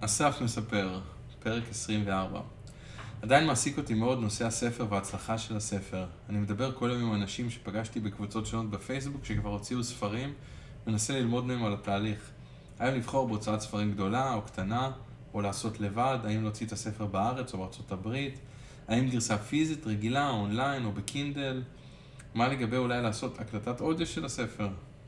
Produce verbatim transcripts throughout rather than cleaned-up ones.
אסף מספר, פרק עשרים וארבע. עדיין מעסיק אותי מאוד נושא הספר וההצלחה של הספר. אני מדבר כל יום עם אנשים שפגשתי בקבוצות שונות בפייסבוק שכבר הוציאו ספרים, מנסה ללמוד מהם על התהליך. האם לבחור בהוצאת ספרים גדולה או קטנה, או לעשות לבד, האם להוציא את הספר בארץ או בארצות הברית, האם גרסה פיזית, רגילה, אונליין או בקינדל, מה לגבי אולי לעשות הקלטת אודיו של הספר.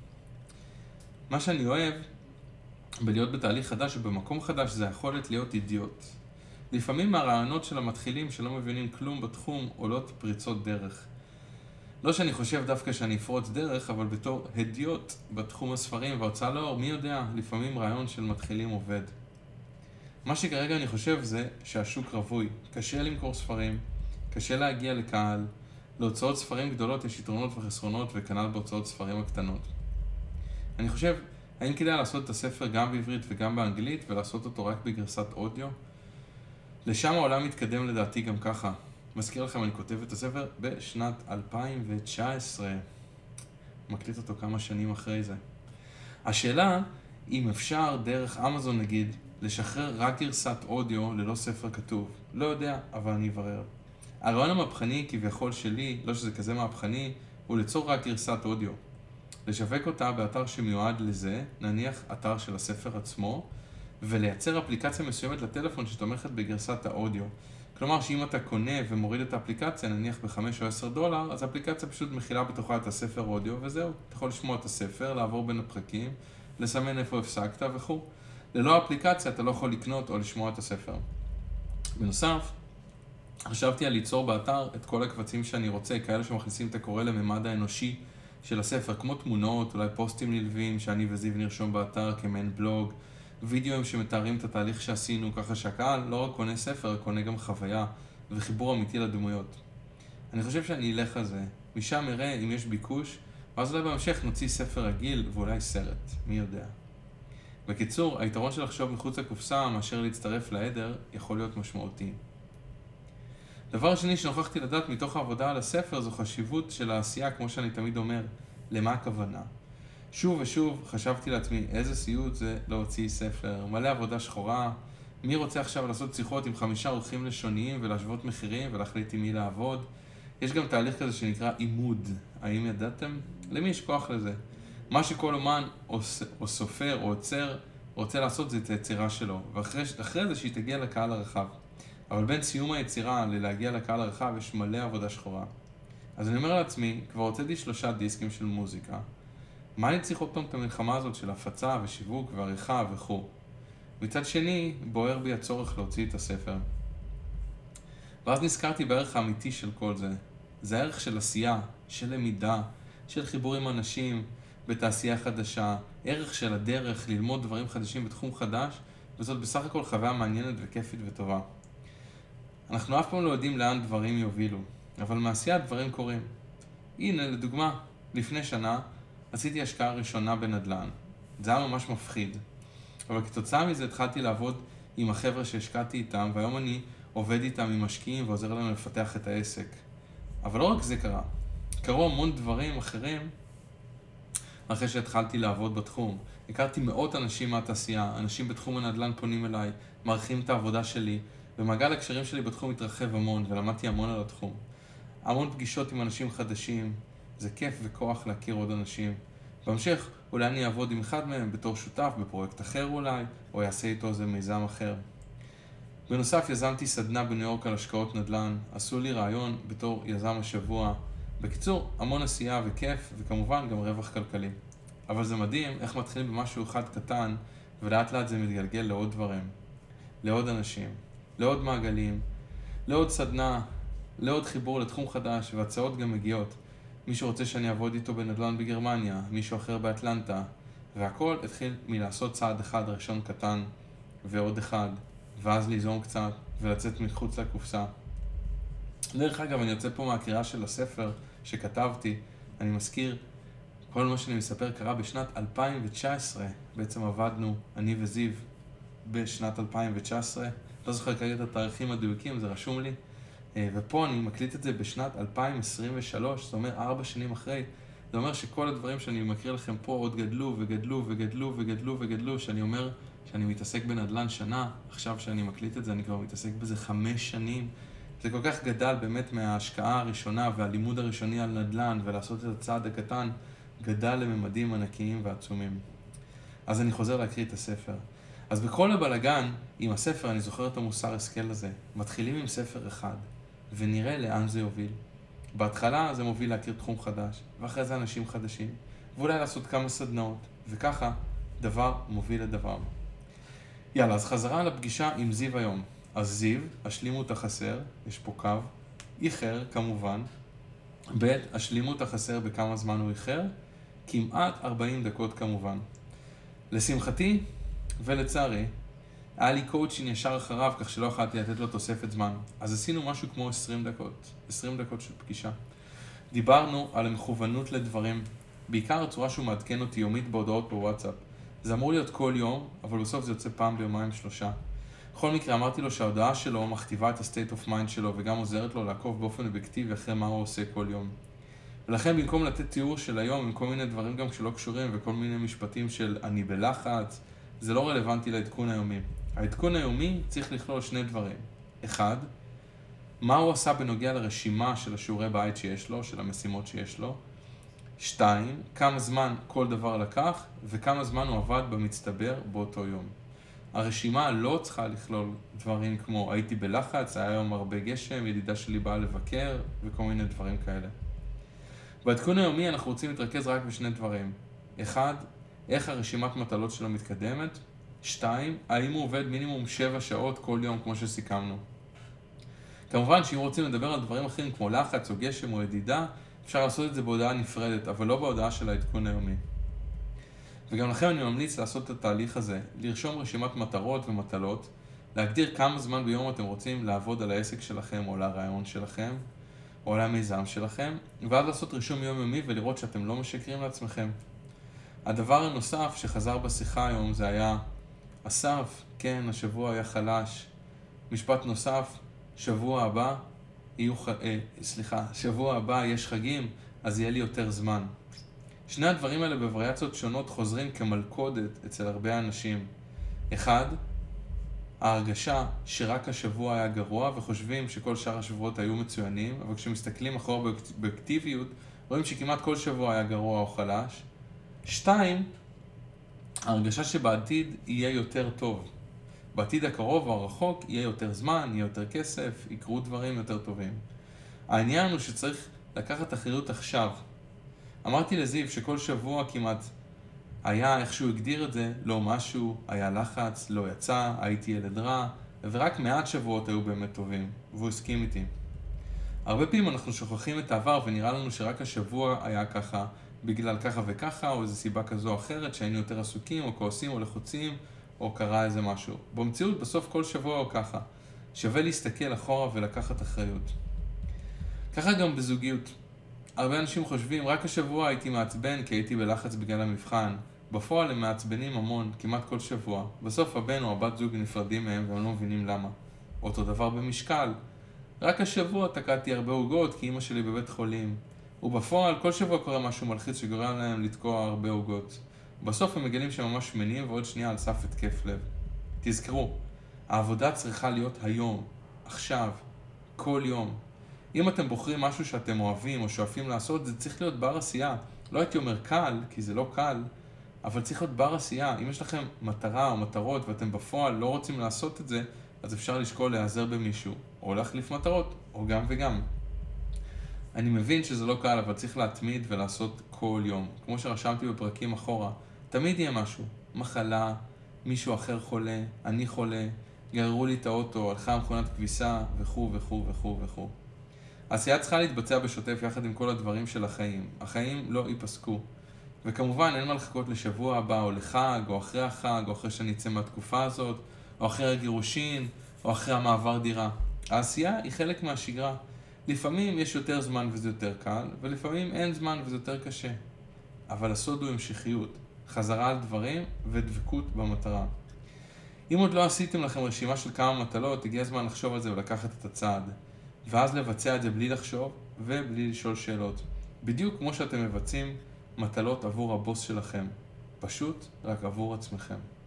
מה שאני אוהב בלהיות בתהליך חדש ובמקום חדש זה היכולת להיות אידיוט. לפעמים מהרעיונות של המתחילים שלא מבינים כלום בתחום עולות פריצות דרך. לא שאני חושב דווקא שאני אפרוץ דרך, אבל בתור אידיוט בתחום הספרים וההוצאה לאור, מי יודע, לפעמים רעיון של מתחילים עובד. מה שכרגע אני חושב זה שהשוק רווי, קשה למכור ספרים, קשה להגיע לקהל, להוצאות ספרים גדולות יש יתרונות וחסרונות וכנ"ל בהוצאות ספרים הקטנות. אני חושב, האם כדאי לעשות את הספר גם בעברית וגם באנגלית ולעשות אותו רק בגרסת אודיו? לשם העולם מתקדם לדעתי גם ככה. מזכיר לכם, אני כותב את הספר בשנת אלפיים תשע עשרה. מקליט אותו כמה שנים אחרי זה. השאלה, אם אפשר דרך אמזון נגיד, לשחרר רק גרסת אודיו ללא ספר כתוב. לא יודע, אבל אני אברר. הרעיון המהפכני כביכול שלי, לא שזה כזה מהפכני, הוא ליצור רק גרסת אודיו. לשווק אותה באתר שמיועד לזה, נניח אתר של הספר עצמו, ולייצר אפליקציה מסוימת לטלפון שתומכת בגרסת האודיו. כלומר שאם אתה קונה ומוריד את האפליקציה, נניח ב-חמש או עשר דולר, אז האפליקציה פשוט מכילה בתוכה את הספר אודיו, וזהו. אתה יכול לשמוע את הספר, לעבור בין הפרקים, לסמן איפה הפסקת וכו'. ללא אפליקציה אתה לא יכול לקנות או לשמוע את הספר. בנוסף, חשבתי על ליצור באתר את כל הקבצים שאני רוצה, כאלה שמכניסים את הקורא לממד האנושי של הספר, כמו תמונות, אולי פוסטים נלווים שאני וזיו נרשום באתר כמעין בלוג, וידאוים שמתארים את התהליך שעשינו, ככה שהקהל לא רק קונה ספר, קונה גם חוויה וחיבור אמיתי לדמויות. אני חושב שאני אלך על זה, משם נראה אם יש ביקוש, ואז אולי בהמשך נוציא ספר רגיל ואולי סרט, מי יודע. בקיצור, היתרון של לחשוב מחוץ לקופסה מאשר להצטרף לעדר יכול להיות משמעותי. דבר שני שנוכחתי לדעת מתוך העבודה על הספר זו חשיבות של העשייה, כמו שאני תמיד אומר, למה הכוונה. שוב ושוב חשבתי לעצמי איזה סיוט זה להוציא ספר, מלא עבודה שחורה, מי רוצה עכשיו לעשות שיחות עם חמישה עורכים לשוניים ולהשוות מחירים ולהחליט עם מי לעבוד. יש גם תהליך כזה שנקרא עימוד, האם ידעתם? למי יש כוח לזה? מה שכל אומן או, או סופר או עוצר רוצה לעשות זה את היצירה שלו, ואחרי זה שהיא תגיע לקהל הרחב. אבל בין סיום היצירה ללהגיע לקהל הרחב יש מלא עבודה שחורה. אז אני אומר לעצמי, כבר הוצאתי שלושה דיסקים של מוזיקה. מה אני צריך עוד פעם את המלחמה הזאת של הפצה ושיווק ועריכה וכו'? מצד שני, בוער בי הצורך להוציא את הספר. ואז נזכרתי בערך האמיתי של כל זה. זה הערך של עשייה, של למידה, של חיבור עם אנשים בתעשייה חדשה, ערך של הדרך ללמוד דברים חדשים בתחום חדש, וזאת בסך הכל חוויה מעניינת וכיפית וטובה. אנחנו אף פעם לא יודעים לאן דברים יובילו, אבל מעשייה דברים קורים. הנה, לדוגמה, לפני שנה עשיתי השקעה ראשונה בנדל"ן. זה היה ממש מפחיד. אבל כתוצאה מזה התחלתי לעבוד עם החבר'ה שהשקעתי איתם, והיום אני עובד איתם עם משקיעים ועוזר להם לפתח את העסק. אבל לא רק זה קרה. קרו המון דברים אחרים אחרי שהתחלתי לעבוד בתחום. הכרתי מאות אנשים מהתעשייה, אנשים בתחום הנדל"ן פונים אליי, מעריכים את העבודה שלי, ומעגל הקשרים שלי בתחום התרחב המון, ולמדתי המון על התחום. המון פגישות עם אנשים חדשים, זה כיף וכוח להכיר עוד אנשים. בהמשך, אולי אני אעבוד עם אחד מהם בתור שותף בפרויקט אחר אולי, או יעשה איתו איזה מיזם אחר. בנוסף, יזמתי סדנה בניו יורק על השקעות נדל"ן, עשו לי רעיון בתור יזם השבוע. בקיצור, המון עשייה וכיף, וכמובן גם רווח כלכלי. אבל זה מדהים איך מתחילים במשהו אחד קטן, ולאט לאט זה מתגלגל לעוד דברים, לעוד אנשים, לעוד מעגלים, לעוד סדנה, לעוד חיבור לתחום חדש, והצעות גם מגיעות. מישהו רוצה שאני אעבוד איתו בנדל"ן בגרמניה, מישהו אחר באטלנטה, והכל התחיל מלעשות צעד אחד ראשון קטן, ועוד אחד, ואז ליזום קצת, ולצאת מחוץ לקופסה. דרך אגב, אני יוצא פה מהקריאה של הספר שכתבתי, אני מזכיר, כל מה שאני מספר קרה בשנת אלפיים תשע עשרה, בעצם עבדנו, אני וזיו, בשנת אלפיים תשע עשרה, לא זוכר כרגע את התאריכים הדיוקים, זה רשום לי, ופה אני מקליט את זה בשנת אלפיים עשרים ושלוש, זאת אומרת ארבע שנים אחרי, זה אומר שכל הדברים שאני מקריא לכם פה עוד גדלו וגדלו וגדלו וגדלו וגדלו, שאני אומר שאני מתעסק בנדל"ן שנה, עכשיו שאני מקליט את זה אני כבר מתעסק בזה חמש שנים. זה כל כך גדל באמת מההשקעה הראשונה והלימוד הראשוני על נדל"ן ולעשות את הצעד הקטן, גדל לממדים ענקיים ועצומים. אז אני חוזר להקריא את הספר. אז בכל הבלגן, עם הספר, אני זוכר את המוסר השכל הזה. מתחילים עם ספר אחד, ונראה לאן זה יוביל. בהתחלה זה מוביל להכיר תחום חדש, ואחרי זה אנשים חדשים, ואולי לעשות כמה סדנאות, וככה דבר מוביל לדבר. יאללה, אז חזרה לפגישה עם זיו היום. אז זיו, השלימו את החסר, יש פה קו, איחר כמובן, ב' השלימו את החסר בכמה זמן הוא איחר, כמעט ארבעים דקות כמובן. לשמחתי ולצערי, היה לי קואוצ'ין ישר אחריו, כך שלא יכולתי לתת לו תוספת זמן. אז עשינו משהו כמו עשרים דקות, עשרים דקות של פגישה. דיברנו על המכוונות לדברים, בעיקר הצורה שהוא מעדכן אותי יומית בהודעות בוואטסאפ. זה אמור להיות כל יום, אבל בסוף זה יוצא פעם ביומיים שלושה. בכל מקרה אמרתי לו שההודעה שלו מכתיבה את ה-state of mind שלו, וגם עוזרת לו לעקוב באופן אובייקטיבי אחרי מה הוא עושה כל יום. ולכן במקום לתת תיאור של היום עם כל מיני דברים גם שלא קשורים וכל מיני משפטים של אני בלחץ, זה לא רלוונטי לעדכון היומי. העדכון היומי צריך לכלול שני דברים. אחד, מה הוא עשה בנוגע לרשימה של השיעורי בית שיש לו, של המשימות שיש לו. שתיים, כמה זמן כל דבר לקח וכמה זמן הוא עבד במצטבר באותו יום. הרשימה לא צריכה לכלול דברים כמו הייתי בלחץ, היה היום הרבה גשם, ידידה שלי באה לבקר וכל מיני דברים כאלה. בעדכון היומי אנחנו רוצים להתרכז רק בשני דברים. אחד, איך הרשימת מטלות שלו מתקדמת. שתיים, האם הוא עובד מינימום שבע שעות כל יום כמו שסיכמנו. כמובן שאם רוצים לדבר על דברים אחרים כמו לחץ או גשם או ידידה, אפשר לעשות את זה בהודעה נפרדת, אבל לא בהודעה של העדכון היומי. וגם לכם אני ממליץ לעשות את התהליך הזה, לרשום רשימת מטרות ומטלות, להגדיר כמה זמן ביום אתם רוצים לעבוד על העסק שלכם או על הרעיון שלכם, או על המיזם שלכם, ואז לעשות רישום יומיומי ולראות שאתם לא משקרים לעצמכם. הדבר הנוסף שחזר בשיחה היום זה היה, אסף, כן, השבוע היה חלש. משפט נוסף, שבוע הבא, יהיו, אה, סליחה, שבוע הבא יש חגים, אז יהיה לי יותר זמן. שני הדברים האלה בווריאציות שונות חוזרים כמלכודת אצל הרבה אנשים. אחד, ההרגשה שרק השבוע היה גרוע וחושבים שכל שאר השבועות היו מצוינים, אבל כשמסתכלים אחורה באקטיביות, רואים שכמעט כל שבוע היה גרוע או חלש. שתיים, ההרגשה שבעתיד יהיה יותר טוב. בעתיד הקרוב או הרחוק יהיה יותר זמן, יהיה יותר כסף, יקרו דברים יותר טובים. העניין הוא שצריך לקחת אחריות עכשיו. אמרתי לזיו שכל שבוע כמעט היה, איך שהוא הגדיר את זה, לא משהו, היה לחץ, לא יצא, הייתי ילד רע, ורק מעט שבועות היו באמת טובים, והוא הסכים איתי. הרבה פעמים אנחנו שוכחים את העבר ונראה לנו שרק השבוע היה ככה, בגלל ככה וככה, או איזו סיבה כזו או אחרת, שהיינו יותר עסוקים או כועסים או לחוצים, או קרה איזה משהו. במציאות בסוף כל שבוע או ככה. שווה להסתכל אחורה ולקחת אחריות. ככה גם בזוגיות. הרבה אנשים חושבים, רק השבוע הייתי מעצבן כי הייתי בלחץ בגלל המבחן. בפועל הם מעצבנים המון, כמעט כל שבוע. בסוף הבן או הבת זוג נפרדים מהם והם לא מבינים למה. אותו דבר במשקל. רק השבוע תקעתי הרבה עוגות כי אמא שלי בבית חולים. ובפועל כל שבוע קורה משהו מלחיץ שגורם להם לתקוע הרבה עוגות. בסוף הם מגלים שהם ממש שמנים ועוד שנייה על סף התקף לב. תזכרו, העבודה צריכה להיות היום, עכשיו, כל יום. אם אתם בוחרים משהו שאתם אוהבים או שואפים לעשות, זה צריך להיות בר עשייה. לא הייתי אומר קל, כי זה לא קל, אבל צריך להיות בר עשייה. אם יש לכם מטרה או מטרות ואתם בפועל לא רוצים לעשות את זה, אז אפשר לשקול להיעזר במישהו, או להחליף מטרות, או גם וגם. אני מבין שזה לא קל, אבל צריך להתמיד ולעשות כל יום. כמו שרשמתי בפרקים אחורה, תמיד יהיה משהו. מחלה, מישהו אחר חולה, אני חולה, גררו לי את האוטו, הלכה מכונת כביסה, וכו' וכו' וכו' וכו'. העשייה צריכה להתבצע בשוטף יחד עם כל הדברים של החיים. החיים לא ייפסקו. וכמובן אין מה לחכות לשבוע הבא, או לחג, או אחרי החג, או אחרי שאני אצא מהתקופה הזאת, או אחרי הגירושין, או אחרי המעבר דירה. העשייה היא חלק מהשגרה. לפעמים יש יותר זמן וזה יותר קל, ולפעמים אין זמן וזה יותר קשה. אבל הסוד הוא המשכיות, חזרה על דברים ודבקות במטרה. אם עוד לא עשיתם לכם רשימה של כמה מטלות, הגיע הזמן לחשוב על זה ולקחת את הצעד. ואז לבצע את זה בלי לחשוב ובלי לשאול שאלות. בדיוק כמו שאתם מבצעים מטלות עבור הבוס שלכם, פשוט רק עבור עצמכם.